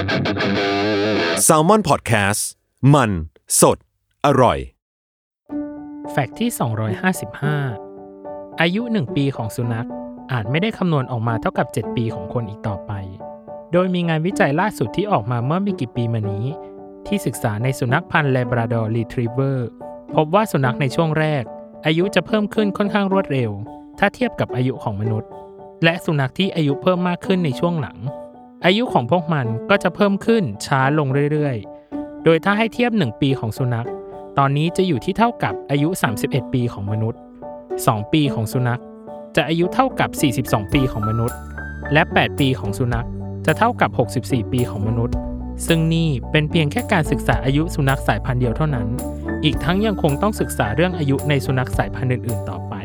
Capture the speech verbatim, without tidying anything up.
Salmon Podcast มันสดอร่อยแฟกต์ที่สองร้อยห้าสิบห้าอายุหนึ่งปีของสุนัขอาจไม่ได้คำนวณออกมาเท่ากับเจ็ดปีของคนอีกต่อไปโดยมีงานวิจัยล่าสุดที่ออกมาเมื่อไม่กี่ปีมานี้ที่ศึกษาในสุนัขพันธุ์ Labrador Retriever พบว่าสุนัขในช่วงแรกอายุจะเพิ่มขึ้นค่อนข้างรวดเร็วถ้าเทียบกับอายุของมนุษย์และสุนัขที่อายุเพิ่มมากขึ้นในช่วงหลังอายุของพวกมันก็จะเพิ่มขึ้นช้าลงเรื่อยๆโดยถ้าให้เทียบหนึ่งปีของสุนัขตอนนี้จะอยู่ที่เท่ากับอายุสามสิบเอ็ดปีของมนุษย์สองปีของสุนัขจะอายุเท่ากับสี่สิบสองปีของมนุษย์และแปดปีของสุนัขจะเท่ากับหกสิบสี่ปีของมนุษย์ซึ่งนี่เป็นเพียงแค่การศึกษาอายุสุนัขสายพันธุ์เดียวเท่านั้นอีกทั้งยังคงต้องศึกษาเรื่องอายุในสุนัขสายพันธุ์อื่นๆต่อไป